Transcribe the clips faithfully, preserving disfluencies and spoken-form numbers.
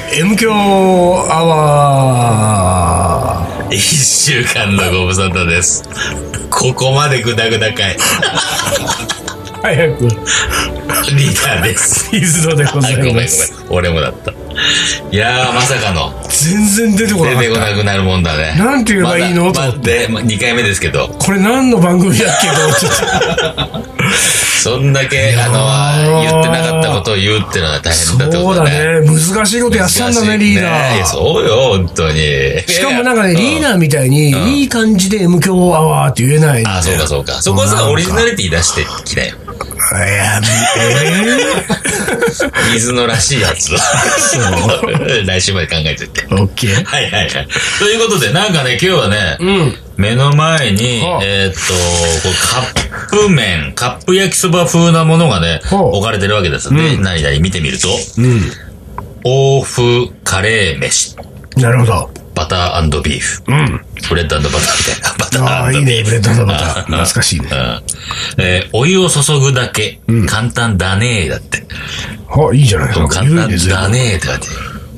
M 強アワー。 一週間のご無沙汰です。ここまでグダグダかい。 早く。 リーダーです。 水野でございます。 ごめんごめん。俺もだった。いやー、まさかの。 全然出てこなかった。 出てこなくなるもんだね。 なんて言えばいいのと思って。 ま、にかいめですけど。 これ何の番組だっけと思ってた。 そんだけ、あの、言ってなかったことを言うってのは大変だってことだね。 そうだね。難しいことやってたんだね、リーダー。 ね、そうよ、本当に。 しかもなんかね、リーダーみたいに、いい感じで M 強アワーって言えない。 あ、そうかそうか。そこはさ、オリジナリティ出してきたよ。 いや、えー、水のらしいやつを。そう。来週まで考えてて。 オッケー。 はいはいはい。ということで、なんかね、今日はね、うん、目の前に、えー、っと、こうカップ麺、カップ焼きそば風なものがね、置かれてるわけですね。うん、何々見てみると、うん、欧風カレー飯。 なるほど。 バター&ビーフ。うん。ブレッド&バターみたいな。バター&ビーフ。ああ、いいね、ブレッド&バター。懐かしいね。うん。 えー、お湯を注ぐだけ。うん、簡単だねーだって。 あ、いいじゃないですか。 簡単だねーって書いて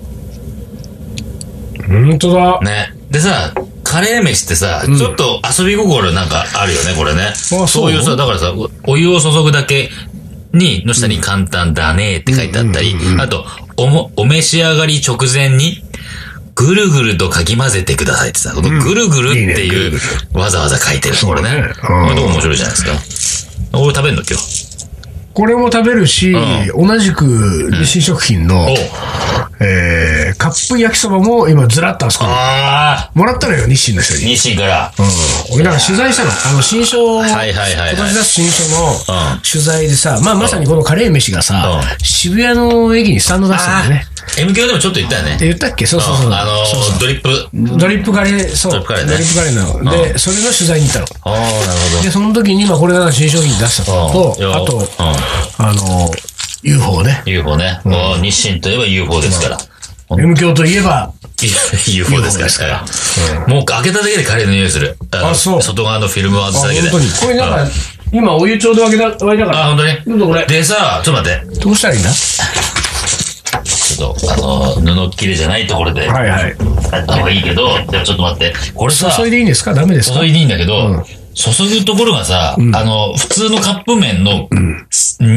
る。ほんとだ。 ね。でさ、カレー飯ってさ、うん、ちょっと遊び心なんかあるよね、これね。あ、そうそういうさ、だからさ、お湯を注ぐだけに、の下に簡単だねーって書いてあったり、あと、おも、お召し上がり直前に、ぐるぐるとかき混ぜてくださいってさ、このぐるぐるっていう、わざわざ書いてる。これね。これと面白いじゃないですか。俺食べるの今日。 これも食べるし、うん、同じく日清食品の、うん、えー、カップ焼きそばも今ずらっとあそこに。あもらったのよ、日清の人に。 日清から。 うん。俺なんか取材したの。あの、新書、はいはいはいはい、今年出す新書の取材でさ、まあまさにこのカレー飯がさ、うん、渋谷の駅にスタンド出したんだよね。 M 響でもちょっと言ったよね。 言ったっけそうそうそう。 あのー、そうそうドリップ。 ドリップカレー、そう。ドリップカレーね。ドリップカレーなの。で、それの取材に行ったの。ああ、なるほど。で、その時に今これが新商品出したのと、あと、あの、ユーフォー ね。 ユーフォー ね。日清といえば ユーフォー ですから。 M 響といえば、 ユーフォー ですから。もう開けただけでカレーの匂いする。あ、そう。外側のフィルムを外しただけで。 本当に。これなんか、今お湯ちょうど沸いたから。 あ、本当にどうぞこれ。でさ、ちょっと待って。 どうしたらいいんだちょっと、あの、布切れじゃないところで、はいはい。やった方がいいけど、でもちょっと待って、これさ、 注いでいいんですかダメですか注いでいいんだけど、うん、注ぐところがさ、うん、あの、普通のカップ麺の、うん、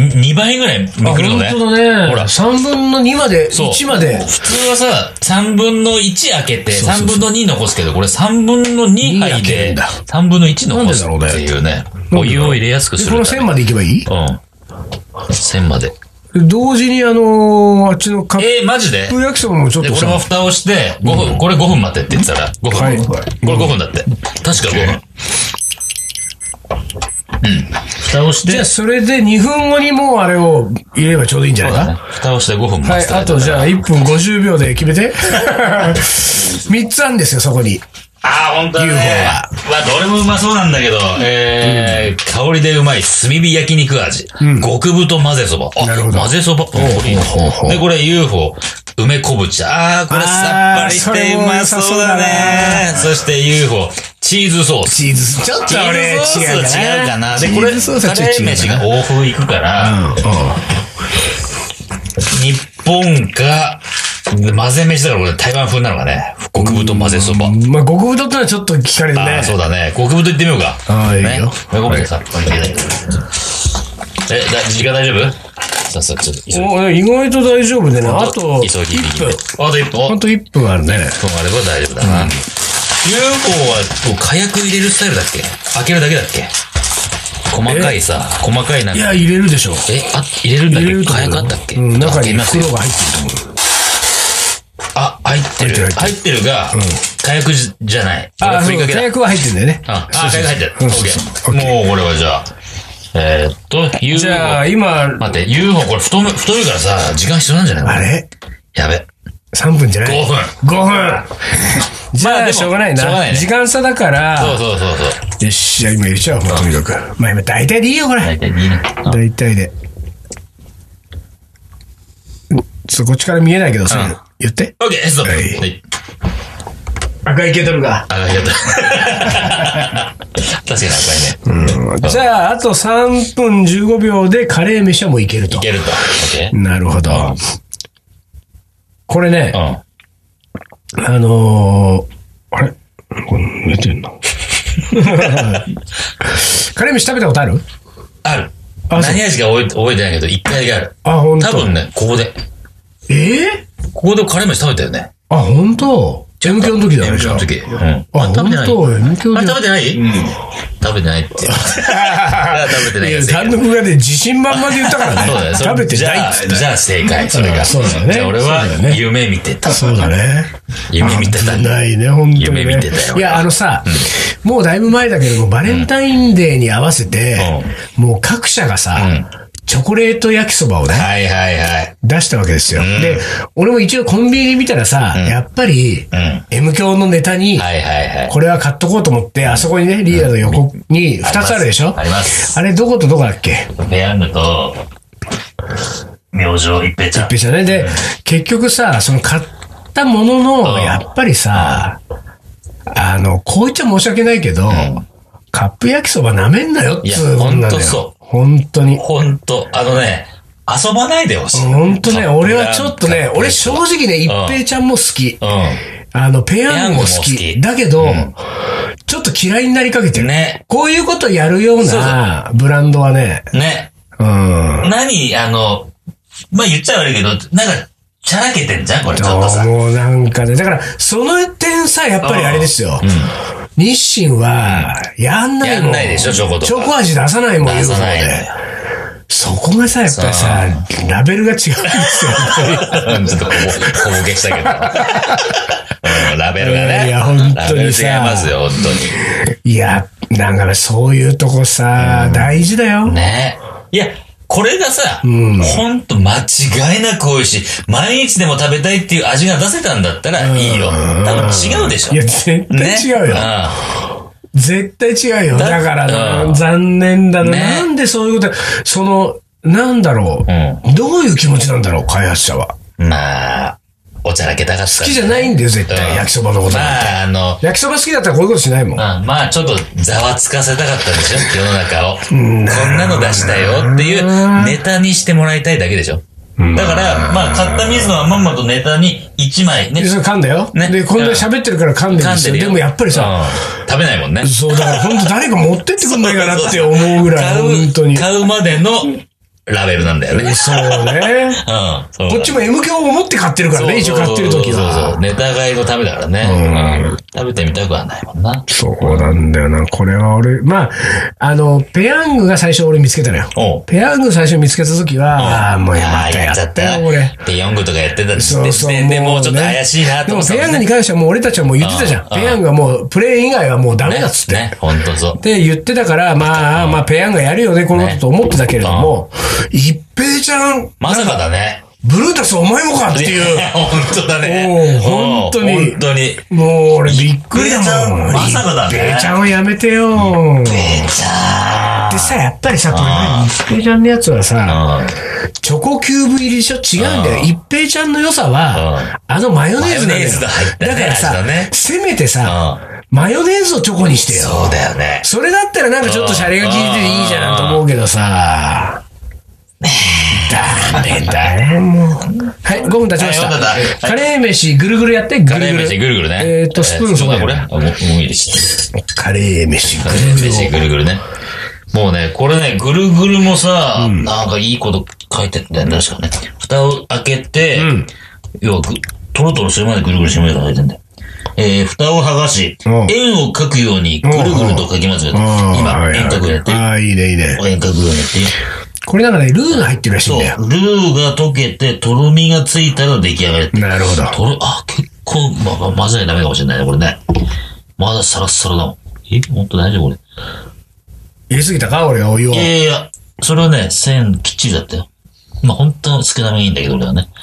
にばいぐらいめくるのね。 本当だね。ほら。さんぶんのにまで、いちまで。 普通はさ、さんぶんのいち開けて、さんぶんのに残すけど、これさんぶんのに入で、さんぶんのいち残すっていうね、お湯を入れやすくする。 この線までいけばいい？ うん。線まで。 同時にあのー、あっちのカップ。 えー、マジで焼きそばもちょっとで、これも蓋をして、ごふん、うん、これごふん待ってって言ってたら、ごふん。はい。これごふんだって。確かごふん。うん。蓋をして。 じゃあ、それでにふんごにもうあれを入れればちょうどいいんじゃないか、ね、 蓋をしてごふん待って。 はい、あとじゃあいっぷんごじゅうびょうで決めて。みっつあるんですよ、そこに。 ああ、ほんとだね。ユーフォー は。まあ、どれもうまそうなんだけど、えー、うん、香りでうまい炭火焼肉味。うん、極太混ぜそば。あ、なるほど。混ぜそば。これいいな。で、これ ユーフォー、梅昆布茶。ああ、これさっぱりしてうまそうだね。そして ユーフォー、チーズソース。 チーズソース。ちょっと俺違う違うかな。で、これ、カレー飯が欧風いくから、日本か、混ぜ飯だからこれ台湾風なのかね。極太混ぜそば。 まあ、極太ってのはちょっと聞かれるね。 ああ、そうだね。極太いってみようか。 ああ、いいよ。 極太さ、これいけない。え、時間大丈夫？さあさあ、ちょっと急いで。 意外と大丈夫でね。あと、 いっぷん。あといっぷん。 あといっぷんあるね。いっぷんあれば大丈夫だな。ユーフォー は、もう火薬入れるスタイルだっけ？開けるだけだっけ？細かいさ、細かいなんか。 いや、入れるでしょ。 え、あ、入れるんだっけ？火薬あったっけ？ うん、中に袋が入ってると思う。 あ、入ってる。入ってるが、火薬じゃない。 あ、そう、火薬は入ってるんだよね。 あ、火薬入ってる。オッケー。もう、これはじゃあ、えっと、ユーフォー。 じゃあ、今、 待って、ユーフォー、これ太め、太いからさ、時間必要なんじゃないあれやべ。 さんぷんじゃない ?ご 分。ごふん。じゃあ、しょうがないな。しょうがないね。時間差だから。 そうそうそうそう。 よし、じゃあ今入れちゃおう、とにかく。まあ今、大体でいいよ、これ。 大体でいいね。 大体で。ちょっとこっちから見えないけどさ、言って。 オッケー、ストップ。はい。 赤いケトルが。 赤いケトル。確かに赤いね。うん。じゃあ、あとさんぷんじゅうごびょうでカレー飯はもういけると。 いけると。オッケー。 なるほど。 これね、うん、あのー、あれこれ寝てんのカレー飯食べたことある？ ある。あ、何味か覚え、覚えてないけど、一回がある。 あ、ほんと？ 多分ね、ここで。 ええー、 ここでカレー飯食べたよね。 あ、ほんと？エムキョの時だね。 エムキョの時。うん。 あ、ほんと？ エムキョあ、食べてない？うん。食べてないって。食べてないやつ。 単独がね、自信満々で言ったからね。 そうだね。 食べてないっつって。 じゃあ正解、それが。 そうだね。 じゃあ俺は夢見てた。 そうだね。 夢見てた。 ないね、ほんとに。 夢見てたよ。 いや、あのさ、もうだいぶ前だけども、バレンタインデーに合わせて、もう各社がさ、チョコレート焼きそばをね、 はいはいはい。 出したわけですよ。うん、で、俺も一応コンビニ見たらさ、うん、やっぱり、うん、M 響のネタに、はいはいはい、これは買っとこうと思って、あそこにね、リーダーの横にふたつあるでしょ、 あります。 あれどことどこだっけ？ ペヤングと、明星一平ちゃん。 一平ちゃんね。で、結局さ、その買ったものの、やっぱりさ、あの、こう言っちゃ申し訳ないけど、うん、カップ焼きそば舐めんなよっつうもんなんだよ。いや、ほんとそう。本当に。 本当あのね、遊ばないでほしい。 本当ね、俺はちょっとね、俺正直ね、一平ちゃんも好き。うん。あの、ペヤングも好き。だけど、うん、ちょっと嫌いになりかけてる。ね。こういうことやるようなブランドはね。 ね。 うん。 何、あの、まあ、言っちゃ悪いけど、なんか、チャラけてんじゃんこれちょっとさ。 もうなんかね、だから、その点さ、やっぱりあれですよ。うん。日清は、やんないもん。 やんないでしょ、チョコとか。 チョコ味出さないもん、 出さないのよ。 そこがさ、やっぱりさ、ラベルが違うんですよ。 ちょっと小ボケしたけど。うん、ラベルがね。 いや、本当にさ。 違いますよ、本当に。 いや、だからそういうとこさ、大事だよ。 ね。いや、これがさ、うん、ほんと間違いなく美味しい。毎日でも食べたいっていう味が出せたんだったらいいよ。多分違うでしょ。 いや、絶対違うよ。ね、絶対違うよ。だ, だから、うん、残念だな、ね。なんでそういうこと、その、なんだろう、うん。どういう気持ちなんだろう、開発者は。 まあ、おちゃらけたかった、 ね。好きじゃないんだよ、絶対。うん、焼きそばのことなんて。まあ、あの、焼きそば好きだったらこういうことしないもん。 うん、まあ、ちょっとざわつかせたかったんでしょ、世の中を。こんなの出したよっていうネタにしてもらいたいだけでしょ。だから、まあ、買った水野はまんまとネタにいちまいね。 それ噛んだよ。ね。で、こんな喋ってるから噛んでるんですよ。でもやっぱりさ、 食べないもんね。 そう、だから本当誰か持ってってくんないかなって思うぐらい、本当に。 買うまでのラベルなんだよね。 そうね。うん。こっちも M 響を持って買ってるからね、一応買ってる時は。 そうそう。ネタ買いのためだからね。食べてみたくはないもんな。 そうなんだよな。これは俺、まあ、あの、ペヤングが最初俺見つけたのよ。ペヤング最初見つけた時は、ああ、もうまたやっちゃったよ、俺。 ペヤングとかやってたそうそう。 でもうちょっと怪しいなと思って。 でもペヤングに関してはもう俺たちはもう言ってたじゃん。ペヤングはもうプレー以外はもうダメだっつって。 ね、ほんとそう。 で、言ってたから、まあ、まあ、ペヤングやるよね、このことと思ってたけれども、一平ちゃん。 まさかだね。 ブルータスお前もかっていう。 本当だね。 本当に。 本当に。 もう俺びっくりだもん。 まさかだね。 一平ちゃんはやめてよ。 一平ちゃん。 でさ、やっぱりさ、これね、一平ちゃんのやつはさ、チョコキューブ入りでしょ？違うんだよ。一平ちゃんの良さは、あのマヨネーズなんだよ。マヨネーズが入ったね。だからさ、せめてさ、マヨネーズをチョコにしてよ。 そうだよね。 それだったらなんかちょっとシャレが効いてていいじゃんと思うけどさ、ダメだね、もう。はい、ごふん経ちました。カレー飯ぐるぐるやって、ぐるぐる。カレー飯ぐるぐるね。えっと、スプーンそこだこれ。もういいです。カレー飯ぐるぐる。カレー飯ぐるぐるね。もうね、これね、ぐるぐるもさ、なんかいいこと書いてあったんだよ、確かね。蓋を開けて、要は、トロトロするまでぐるぐるしてもらえたら書いてんだよ。えー、蓋を剥がし、円を描くようにぐるぐると描きますよ。今、円描くようにやってる。ああ、いいね、いいね。円描くようにやってる。これだからね、ルーが入ってるらしいんだよ。そう。ルーが溶けて、とろみがついたら出来上がる。なるほど。とろ、あ、結構、まあ、混ぜないとダメかもしれないね、これね。まだサラッサラだもん。え、ほんと大丈夫これ。入れすぎたか俺がお湯を。いやいや、それはね、線きっちりだったよ。まあ、ほんと少なめがいいんだけど、俺はね。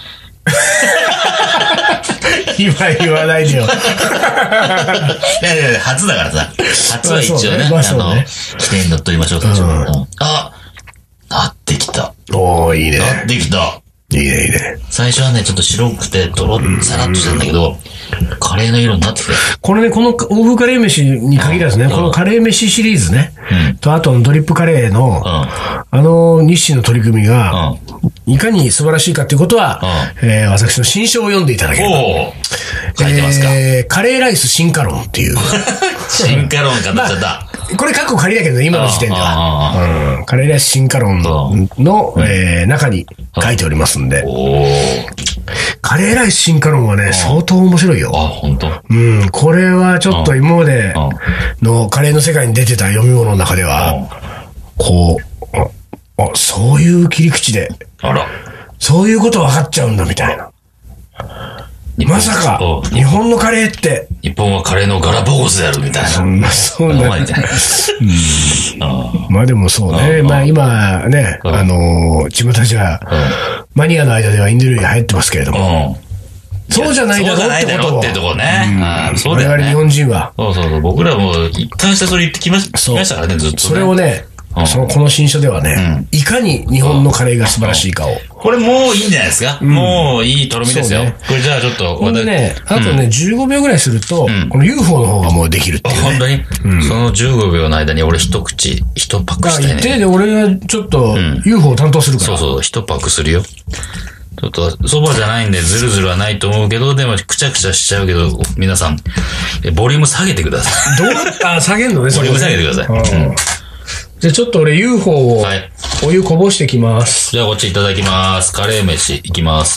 今言わないでよ。いやいやいや、初だからさ。初は一応ね、あの、起点乗っ取りましょうか。あ、なってきた。おー、いいね。なってきた。 いいね、いいね。 最初はね、ちょっと白くて、とろっ、さらっとしてんだけど、カレーの色になってきて。 これね、この欧風カレー飯に限らずね、このカレー飯シリーズね、と、あとドリップカレーの、あの、日清の取り組みが、いかに素晴らしいかということは、えー、私の新書を読んでいただければ。 書いてますか、 えー、カレーライス進化論っていう。 進化論かなっちゃった。 まあ、これ過去仮だけどね、今の時点では。うん、カレーライス進化論の、えー、中に書いておりますんで。カレーライス進化論はね、相当面白いよ。 あ、本当。 うん、これはちょっと今までのカレーの世界に出てた読み物の中では、こう、あ、そういう切り口で、 あら、 そういうこと分かっちゃうんだみたいな。まさか、日本のカレーって。 日本はカレーのガラパゴスであるみたいな。 そんな、そうだね。まあでもそうね。まあ今ね、あの、巷じゃ、マニアの間ではインド料理が流行ってますけれども。そうじゃないだろうってことを。 ってとこね。そうだよね。 我々日本人は。 そうそうそう。僕らも一貫してそれ言ってきましたからね、ずっと。 それをね、その、この新書ではね、いかに日本のカレーが素晴らしいかを。 これもういいんじゃないですか、もういいとろみですよ。これじゃあちょっと。 これね、あとね、じゅうごびょうぐらいすると、この ユーフォー の方がもうできるっていう。 本当にそのじゅうごびょうの間に俺一口、一パックしたいね。 言ってで、俺がちょっと ユーフォー を担当するから。 そうそう、一パックするよ。ちょっと、蕎麦じゃないんでズルズルはないと思うけど、でもくちゃくちゃしちゃうけど、皆さん、ボリューム下げてください。 どうあ、下げんのね、 ボリューム下げてください。 じゃあちょっと俺 ユーフォー をお湯こぼしてきます。 じゃあこっちいただきます。カレー飯いきます。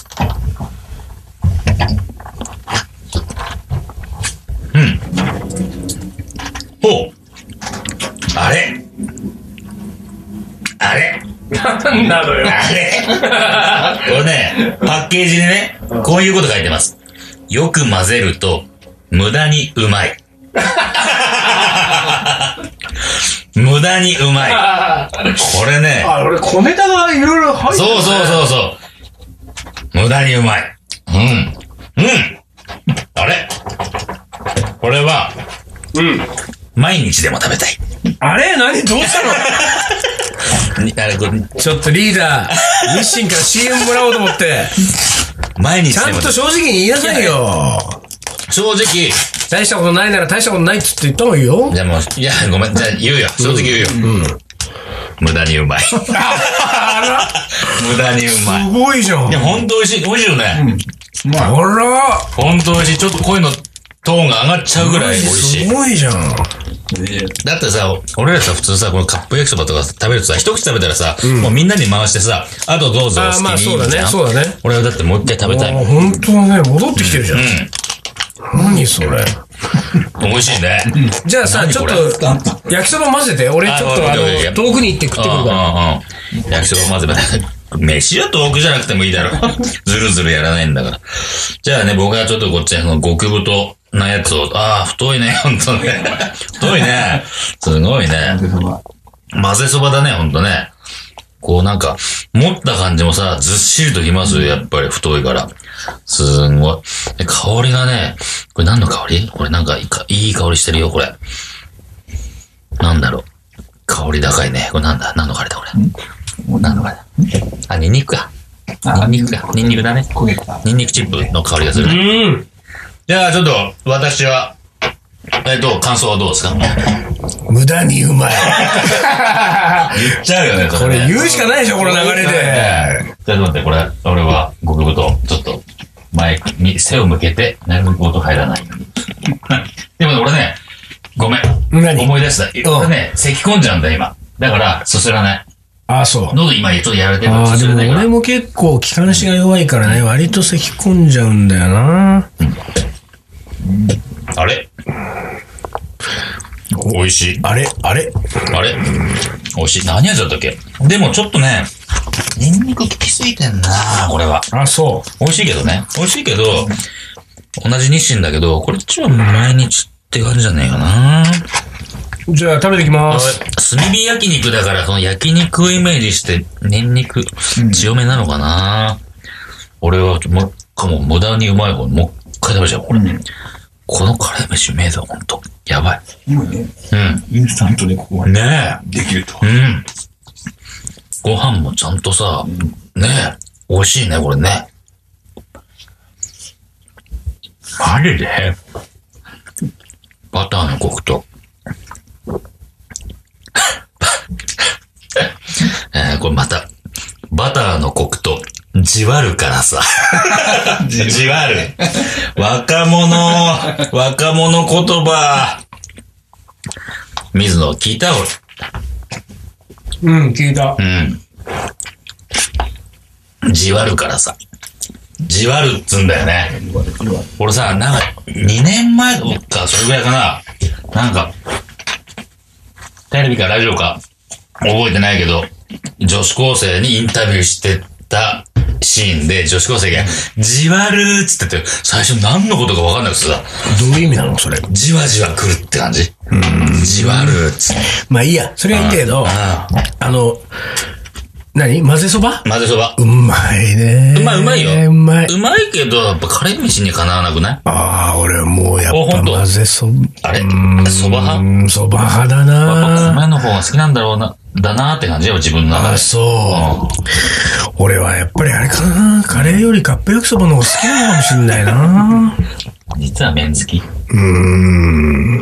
うん。ほう。あれあれなんなのよ。 あれこれね、パッケージにね、こういうこと書いてます。よく混ぜると、無駄にうまい。無駄にうまい。これね。 あ、俺小ネタがいろいろ入ってる、 ね。そうそうそうそう。無駄にうまい。うん。うん。あれこれは、 うん。 毎日でも食べたい。 あれ何どうしたのあれこれちょっとリーダー、日清から シーエム もらおうと思って。 毎日でも。 ちゃんと正直に言いなさいよ。 正直。 大したことないなら大したことないっつって言った方がいいよ。 じゃあもう、いや、ごめん。じゃあ言うよ。正直言うよ。うん。無駄にうまい。無駄にうまい。 すごいじゃん。 いや、ほんと美味しい。美味しいよね。 うん。あら。 ほんと美味しい。ちょっと声のトーンが上がっちゃうぐらい美味しい。 すごいじゃん。 だってさ、俺らさ、普通さ、このカップ焼きそばとか食べるとさ、一口食べたらさ、うん、もうみんなに回してさ、あとどうぞ好きに。あ、まあそうだね、 そうだね。 俺はだってもう一回食べたいもん。 ほんとだね、戻ってきてるじゃん。うん。何それ。 美味しいね。 じゃあさ、ちょっと、焼きそば混ぜて、俺ちょっとあの、遠くに行って食ってくるから。 焼きそば混ぜて。飯は遠くじゃなくてもいいだろ。ずるずるやらないんだから。じゃあね、僕はちょっとこっちの極太なやつを、ああ、太いね、ほんとね。太いね。すごいね。混ぜそばだね、ほんとね。こうなんか、持った感じもさ、ずっしりときますよ、やっぱり太いから。すんごい。香りがね、これ何の香りこれなんかいいか、いい香りしてるよ、これ。なんだろう。香り高いね。これなんだ何の香りだ、これ。何の香りだあ、ニンニクか。ニンニクか。ニンニクだね。ニンニクチップの香りがする。うん。じゃあ、ちょっと、私は、えっと、感想はどうですか無駄にうまい。 言っちゃうよね、 これ言うしかないでしょ、この流れで。 ちょっと待って、これ、俺は、極太、ちょっと、前に背を向けて、なるべく音入らないように。でもね、俺ね、ごめん。何思い出した。俺ね、咳込んじゃうんだ、今。だから、すすらない。 ああ、そう。 喉今ちょっとやられてるからすすらないから。ああ、でも俺も結構気管支が弱いからね、割と咳込んじゃうんだよな。 あれ美味しい。 あれあれあれ美味しい。何味だったっけでもちょっとね、ニンニク効きすぎてんなこれは。 あ、そう。 美味しいけどね。美味しいけど、同じ日清だけど、これっちは毎日って感じじゃねえかな。 じゃあ食べてきます。 炭火焼肉だから、その焼肉をイメージして、ニンニク強めなのかな、うん、俺はもう、かも無駄にうまい方、もう一回食べちゃう、これ。うん、このカレー飯うめえぞ、ほんと。やばい。 今ね。 うん。 インスタントでここまで。 ねえ。 できると。 うん。ご飯もちゃんとさ、うん、ね美味しいね、これね。マジでバターのコクと。えー、これまた、バターのコクと、じわるからさ。じわる。若者、若者言葉。水野、聞いた俺。 うん、聞いた。 うん。じわるからさ。じわるっつんだよね。俺さ、なんか、にねんまえか、それぐらいかな。なんか、テレビかラジオか、覚えてないけど、女子高生にインタビューしてたシーンで、女子高生が、じわるーっつってて、最初何のことか分かんなくてさ。 どういう意味なのそれ。 じわじわ来るって感じ。うん。じわるーっつって。 まあいいや、それはいいんだけど、あの、何混ぜそば混ぜそば。 うまいね。 うまい、うまいよ。 うまい。 うまいけど、やっぱカレー飯にかなわなくない？ ああ、俺はもうやっぱ混ぜそば。 あれそば派？ うん、そば派だな。 やっぱ米の方が好きなんだろうな。だなーって感じよ、自分の中で。 あ、そう、うん。俺はやっぱりあれかな。カレーよりカップ焼きそばの方が好きなのかもしんないな。 実は麺好き。 うーん。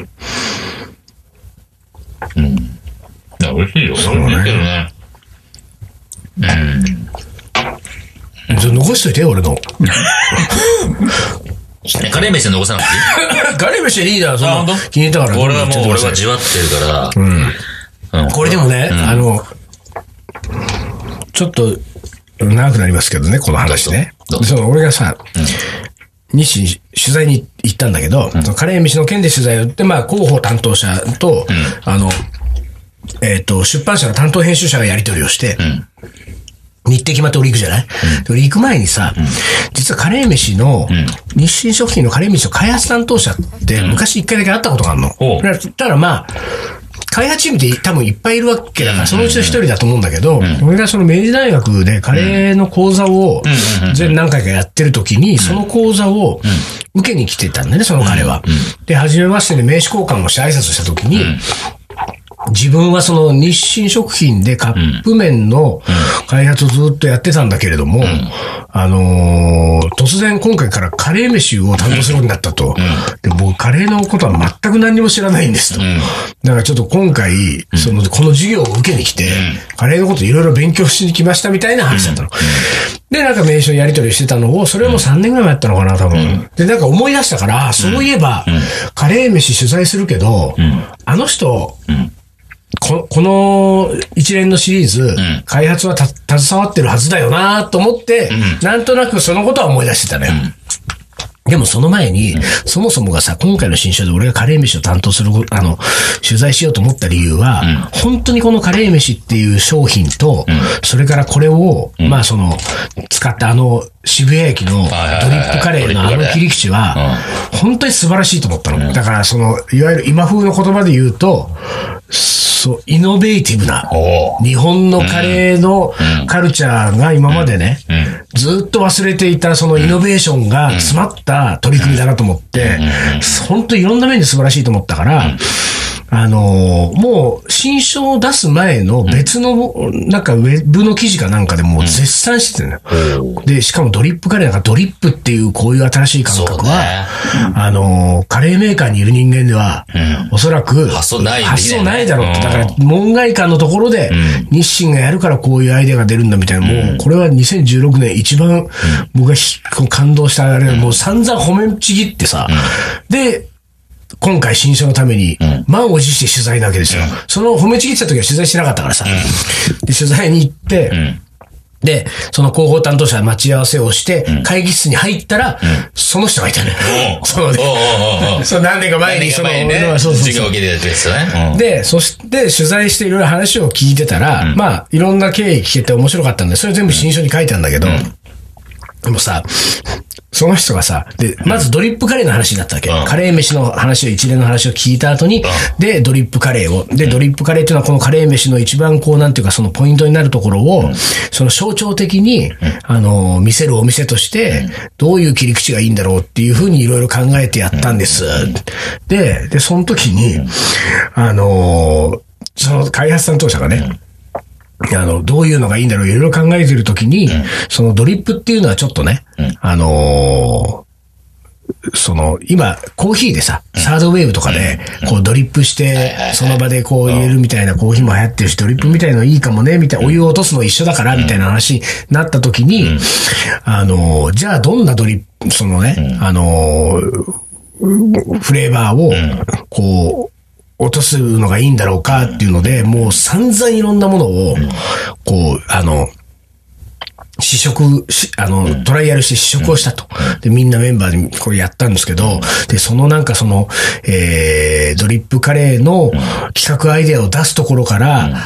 うん。いや、美味しいよ。 そうね。 美味しいけどね。うん。 じゃ残しといて、俺の。 カレー飯残さなくていい？ カレー飯リーダー、その、気に入ったから。 俺はもう、俺はじわってるから。 うん。うん、これでもね、うん、あの、ちょっと、長くなりますけどね、この話ね。その、俺がさ、うん、日清取材に行ったんだけど、うん、そのカレー飯の件で取材をって、まあ、広報担当者と、うん、あの、えっと、出版社の担当編集者がやり取りをして、うん、日程決まって俺行くじゃない、うん、俺行く前にさ、うん、実はカレー飯の、うん、日清食品のカレー飯の開発担当者って昔一回だけ会ったことがあるの。うん、だからまあ、開発チームって多分いっぱいいるわけだから、そのうちの一人だと思うんだけど、うん、俺がその明治大学でカレーの講座を全何回かやってる時に、その講座を受けに来てたんだね、その彼は。で、初めましてで名刺交換をして挨拶した時に、自分はその日清食品でカップ麺の開発をずっとやってたんだけれども、うん、あのー、突然今回からカレー飯を担当するようになったと。うん、で僕カレーのことは全く何にも知らないんですと。うん、だからちょっと今回、その、この授業を受けに来て、うん、カレーのこといろいろ勉強しに来ましたみたいな話だったの。うん、で、なんか名刺のやり取りしてたのを、それはもうさんねんぐらい前やったのかな、多分。うん、で、なんか思い出したから、そういえば、うん、カレー飯取材するけど、うん、あの人、うんこ, この一連のシリーズ、うん、開発はた携わってるはずだよなと思って、うん、なんとなくそのことは思い出してたね。うんでもその前に、うん、そもそもがさ、今回の新書で俺がカレー飯を担当する、あの、取材しようと思った理由は、うん、本当にこのカレー飯っていう商品と、うん、それからこれを、うん、まあその、使ったあの、渋谷駅のドリップカレーのあの切り口は、本当に素晴らしいと思ったの。うん、だからその、いわゆる今風の言葉で言うと、そう、イノベーティブな、日本のカレーのカルチャーが今までね、うんうん、ずっと忘れていたそのイノベーションが詰まった取り組みだなと思って、本当にいろんな面で素晴らしいと思ったから、あのー、もう新書を出す前の別の、なんかウェブの記事かなんかでもう絶賛してたのよ、うん。で、しかもドリップカレーなんかドリップっていうこういう新しい感覚は、ね、あのー、カレーメーカーにいる人間では、うん、おそらく発想ない、ね、 発想ないだろうって。だから門外漢のところで、うん、日清がやるからこういうアイデアが出るんだみたいな、もうこれはにせんじゅうろくねん一番僕が感動したあれ、もう散々褒めちぎってさ、うん、で、今回新書のために、満を持して取材なわけですよ。うん、その褒めちぎってた時は取材してなかったからさ。うん、で、取材に行って、うん、で、その広報担当者待ち合わせをして、うん、会議室に入ったら、うん、その人がいたね。そうね。そう、何年か前にその、 ね、そうそうそう授業を受けてたやつね。 うん、で、そして取材していろいろ話を聞いてたら、うん、まあ、いろんな経緯聞けて面白かったんで、それ全部新書に書いてあるんだけど、うん、でもさ、その人がさ、で、まずドリップカレーの話になったわけ。うん、カレー飯の話を、一連の話を聞いた後に、うん、で、ドリップカレーを。で、ドリップカレーっていうのはこのカレー飯の一番こう、なんていうかそのポイントになるところを、うん、その象徴的に、うん、あの、見せるお店として、どういう切り口がいいんだろうっていうふうにいろいろ考えてやったんです。うん、で、で、その時に、あの、その開発担当者がね、 あの、どういうのがいいんだろう、いろいろ考えてるときに、うん、そのドリップっていうのはちょっとね、うん、あのー、その、今、コーヒーでさ、うん、サードウェーブとかで、こうドリップして、その場でこう入れるみたいなコーヒーも流行ってるし、ドリップみたいのいいかもね、みたいな、お湯を落とすの一緒だから、みたいな話になったときに、うん、あのー、じゃあどんなドリップ、そのね、うん、あのー、フレーバーを、こう、落とすのがいいんだろうかっていうので、もう散々いろんなものを、こう、あの、試食し、あの、トライアルして試食をしたと。で、みんなメンバーでこれやったんですけど、で、そのなんかその、えー、ドリップカレーの企画アイデアを出すところから、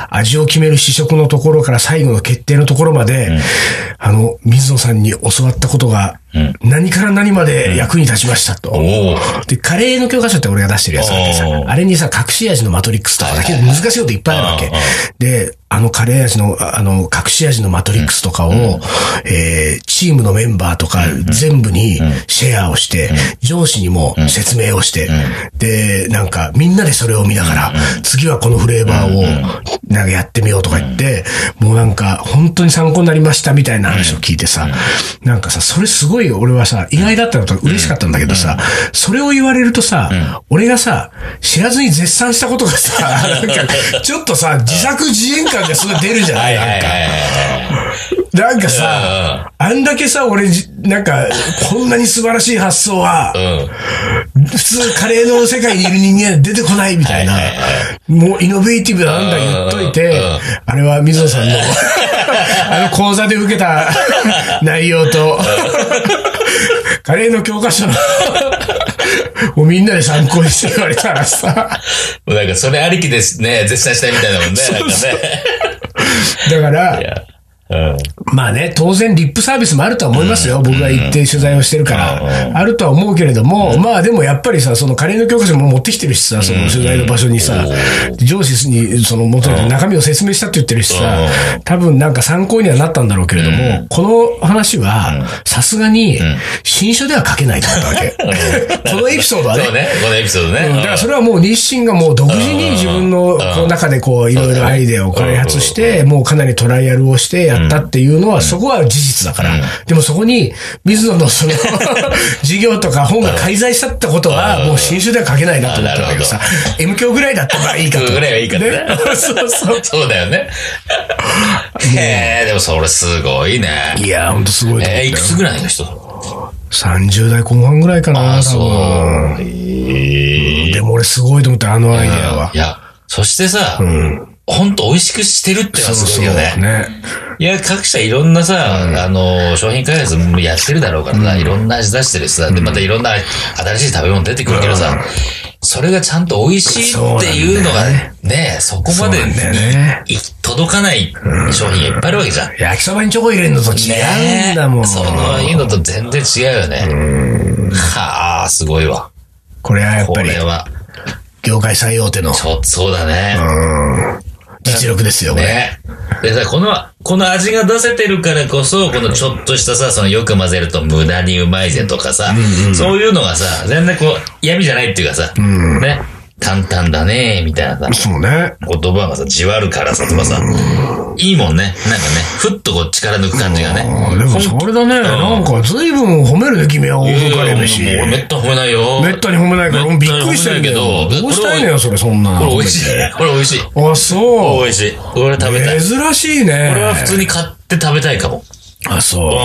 味を決める試食のところから最後の決定のところまで、あの、水野さんに教わったことが、何から何まで役に立ちましたと。で、カレーの教科書って俺が出してるやつがあってさ、あれにさ、隠し味のマトリックスとかだけど難しいこといっぱいあるわけ。で、あのカレー味の、あの、隠し味のマトリックスとかを、えー、チームのメンバーとか全部にシェアをして、上司にも説明をして、で、なんかみんなでそれを見ながら、次はこのフレーバーをなんかやってみようとか言って、もうなんか本当に参考になりましたみたいな話を聞いてさ、なんかさ、それすごい俺はさ、意外だったのと嬉しかったんだけどさ、それを言われるとさ、俺がさ、知らずに絶賛したことがさ、なんかちょっとさ、自作自演感がすごい出るじゃないなんか。なんかさ、あんだけさ、俺、なんか、こんなに素晴らしい発想は、普通カレーの世界にいる人間は出てこないみたいな、もうイノベーティブなんだ言っといて、あれは水野さんの、あの講座で受けた内容と、カレーの教科書の、もうみんなで参考にして言われたらさ。 もうなんかそれありきですね、絶賛したいみたいなもんね、なんかね。 だから、うん、まあね、当然リップサービスもあるとは思いますよ。うん、僕が行って取材をしてるから。うん、あるとは思うけれども、うん、まあでもやっぱりさ、そのカレーの教科書も持ってきてるしさ、その取材の場所にさ、うん、上司にその元に中身を説明したって言ってるしさ、うん、多分なんか参考にはなったんだろうけれども、うん、この話は、さすがに、新書では書けないと思ったわけ。うん、このエピソードはね。 そうね、このエピソードね。 うん、だからそれはもう日清がもう独自に自分のこう中でこういろいろアイデアを開発して、もうかなりトライアルをしてやったっていうのは、そこは事実だから。うん、でもそこに、水野のその、授業とか本が介在したってことは、もう新種では書けないなと思ったんだけどさ、M 教ぐらいだったらいいかと。 ぐらいはいいかとね。そうそう。そうだよね。へえ、でもそれすごいね。 いや、ほんとすごいと思ったよ。 え、いくつぐらいの人？ さんじゅう代後半ぐらいかな、多分。へえ。でも俺すごいと思った、あのアイデアは。 いや、そしてさ、ほんと美味しくしてるってのはすごいよね。そうそうね。いや、各社いろんなさ、うん、あの、商品開発もやってるだろうからさ、うん、いろんな味出してるしさ、で、またいろんな新しい食べ物出てくるけどさ、うん、それがちゃんと美味しいっていうのがね、ねそこまで、ね、届かない商品がいっぱいあるわけじゃん。 焼きそばにチョコ入れるのと違うんだもん。ね、 そのいうのと全然違うよね。はあ、すごいわ。 これはやっぱり、これは業界最大手の。 そう、そうだね。 うん実力ですよね。 でさ、この、この味が出せてるからこそ、このちょっとしたさ、そのよく混ぜると無駄にうまいぜとかさ、うんうん、そういうのがさ、全然こう、嫌味じゃないっていうかさ、うん、ね、簡単だねみたいなさ、 そうね。 言葉がさ、じわるからさ、とかさ、いいもんね。なんかね、ふっとこう力抜く感じがね。 でもそれだね、なんか随分褒めるね、君は大風カレー飯。 もうめったに褒めないよ。 めったに褒めないから、びっくりしてるけど、どうしたいのよ、それ、そんな。 これ美味しい。これ美味しい。 あ、そう。 美味しい。これ食べたい。 珍しいね。 これは普通に買って食べたいかも。 あ、そう。うん。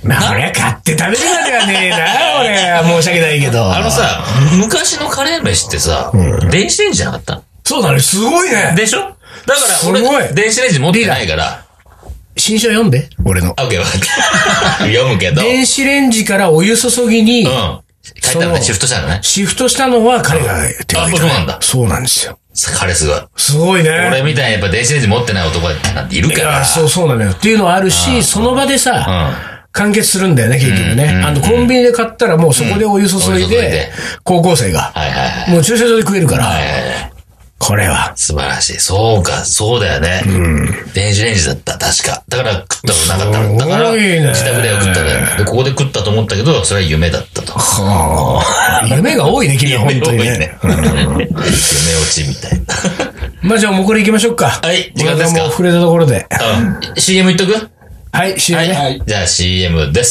まあ、俺は買って食べるまではねえな、俺は申し訳ないけど。 あのさ、昔のカレー飯ってさ、電子レンジじゃなかった？ そうだね、すごいね。 でしょ？だから俺、電子レンジ持ってないから。 新書読んで、俺の。 オッケー、読むけど。 電子レンジからお湯注ぎに、うん。 書いたのね、シフトしたのね。 シフトしたのは彼が手がけた。あ、 そうなんだ。 そうなんですよ。 彼すごい。 すごいね。 俺みたいにやっぱ電子レンジ持ってない男なんているから。 そう、そうなのよ。っていうのはあるし、その場でさ、完結するんだよね、結局ね。あの、コンビニで買ったらもうそこでお湯注いで、高校生が。もう駐車場で食えるから。これは。 素晴らしい。そうか、そうだよね。電子レンジだった、確か。だから食ったことなかったの。だから、自宅では食ったんだよ。で、ここで食ったと思ったけど、それは夢だったと。 はあ。夢が多いね、君は本当にね。 夢落ちみたいな。 まあじゃあもうこれ行きましょうか。 はい、時間ですか。 もう触れたところで。 うん。シーエム いっとく？ はい、シーエム ね。はい。 じゃあ シーエム です。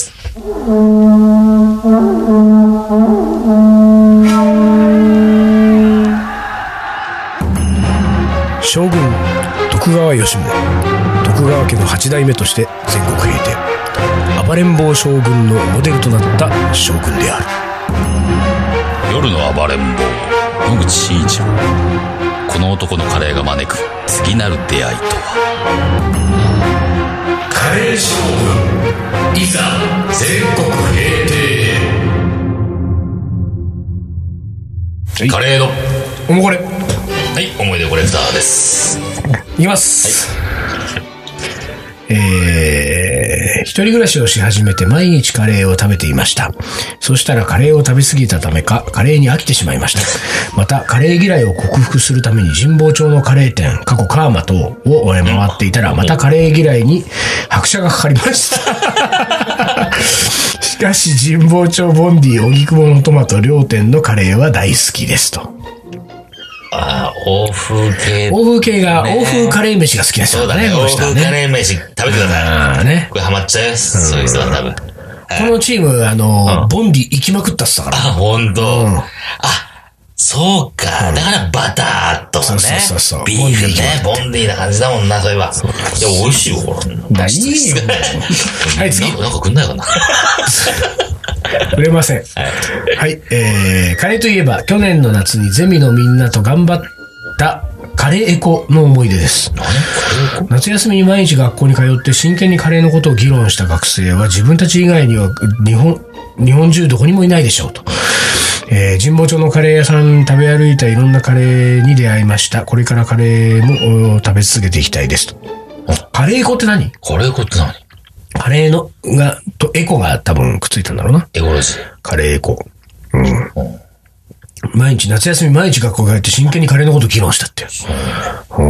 将軍徳川吉宗、徳川家の八代目として全国平定、暴れん坊将軍のモデルとなった将軍である。 夜の暴れん坊野口真一郎、この男のカレーが招く次なる出会いとは。カレー将軍いざ全国平定。カレーのおもこれ。 はい、思い出コレクターです。 いきます。はい、えー、一人暮らしをし始めて毎日カレーを食べていました。そしたらカレーを食べ過ぎたためか、カレーに飽きてしまいました。また、カレー嫌いを克服するために神保町のカレー店、過去カーマ等を回っていたら、またカレー嫌いに拍車がかかりました。しかし、神保町ボンディ荻窪のトマト両店のカレーは大好きですと。 ああ、欧風系。 欧風系が、欧風カレー飯が好きな人だね。 そうだね。欧風カレー飯食べてください。ああね。これハマっちゃうよ。そういう人は多分。このチーム、あの、ボンディ行きまくったっすから。 あ、ほんと。あ、そうか。だからバターとかね。そうそうそう。ビーフね。ボンディな感じだもんな、そういえば。いや、美味しいよ、これ。 だ、いいよ。はい、次。 なんかくんないかな。 売れません。はい。はい。えー、カレーといえば、去年の夏にゼミのみんなと頑張ったカレーエコの思い出です。何？夏休みに毎日学校に通って真剣にカレーのことを議論した学生は自分たち以外には日本、日本中どこにもいないでしょうと。えー、神保町のカレー屋さん食べ歩いたいろんなカレーに出会いました。これからカレーも食べ続けていきたいですと。カレーエコって何？ カレーエコって何？ カレーの、が、と、エコが多分くっついたんだろうな。 エコロジー。 カレーエコ。うん。うん、毎日、夏休み毎日学校帰って真剣にカレーのことを議論したって。 うん。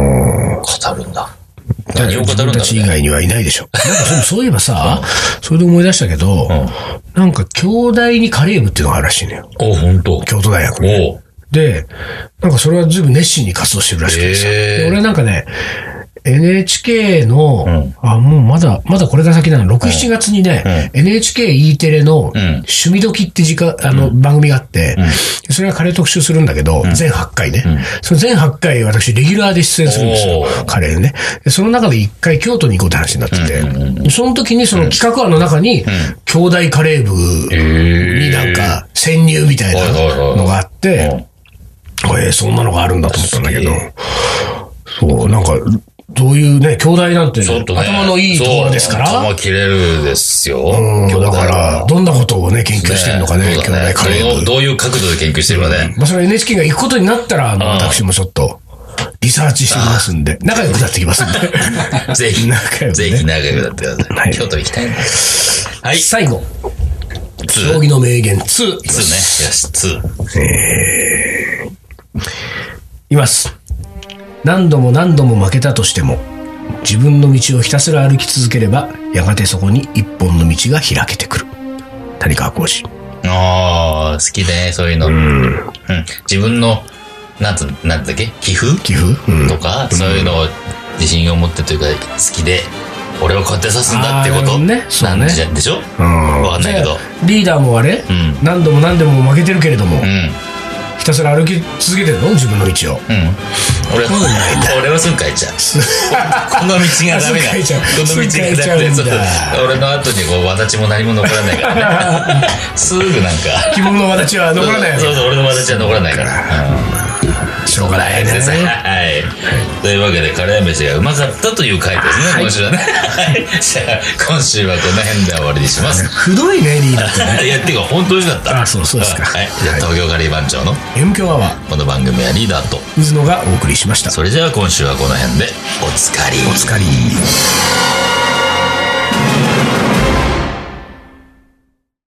語るんだ。何を語るんだろうね。自分たち以外にはいないでしょ。なんかそそういえばさ、うん、それで思い出したけど、うん、なんか京大にカレー部っていうのがあるらしいのよ。 お、ほんと。 京都大学に。で、なんかそれは随分熱心に活動してるらしくてさ。で俺なんかね、エヌエイチケー の、うん、あ、もうまだ、まだこれが先なの。ろく、しちがつにね、うん、エヌエイチケー E テレの、趣味時って時間、あの、うん、番組があって、うん、それがカレー特集するんだけど、うん、全はちかいね。うん、その全はちかい私、レギュラーで出演するんですよ。カレーね。でその中でいっかい京都に行こうって話になってて、うん、その時にその企画案の中に、うん、兄弟カレー部になんか、潜入みたいなのがあって、えー、そんなのがあるんだと思ったんだけど、そう、なんか、どういうね、兄弟なんて、ね、頭のいいところですから。 頭切れるですよ。 うん、だから、どんなことをね、研究してるのかね、兄弟カレー部。 どういう角度で研究してるかね。 まあ、それ エヌエイチケー が行くことになったら、あの、私もちょっと、リサーチしてみますんで、仲良くなってきますんで。 ぜひ、仲良く。ぜひ仲良くなってください。京都行きたいな。 はい。最後。将棋の名言に。にね。よし、 に。 えー、います。何度も何度も負けたとしても、自分の道をひたすら歩き続ければ、やがてそこに一本の道が開けてくる。谷川浩司。 ああ、好きね、そういうの。うん。うん、自分の、なんつ、なんだっけ寄付寄付、うん、 とか、そういうのを自信を持ってというか、好きで、俺をこうやって指すんだってことね。そうね。 でしょうん。わかんないけど。 リーダーもあれ、うん、何度も何度も負けてるけれども、うん、ひたすら歩き続けてるの自分の道を。うん。 俺は、俺はすぐ帰っちゃう。この道がダメだ。この道がダメだ。俺の後にこう、わだちも何も残らないからね。すぐなんか。 希望のわだちは残らない。 そうそう、俺のわだちは残らないから。 しょうがないね。はい。 というわけで、カレー飯がうまかったという回ですね、今週はね。じゃあ、今週はこの辺で終わりにします。 くどいね、リーダーってね。 いや、っていうか、本当に美味しかった。 あ、そう、そうですか。 はい。じゃあ、東京カレー番長のエム 強アワー。 この番組はリーダーと水野がお送りしました。 それじゃあ、今週はこの辺で、おつかり。 おつかり。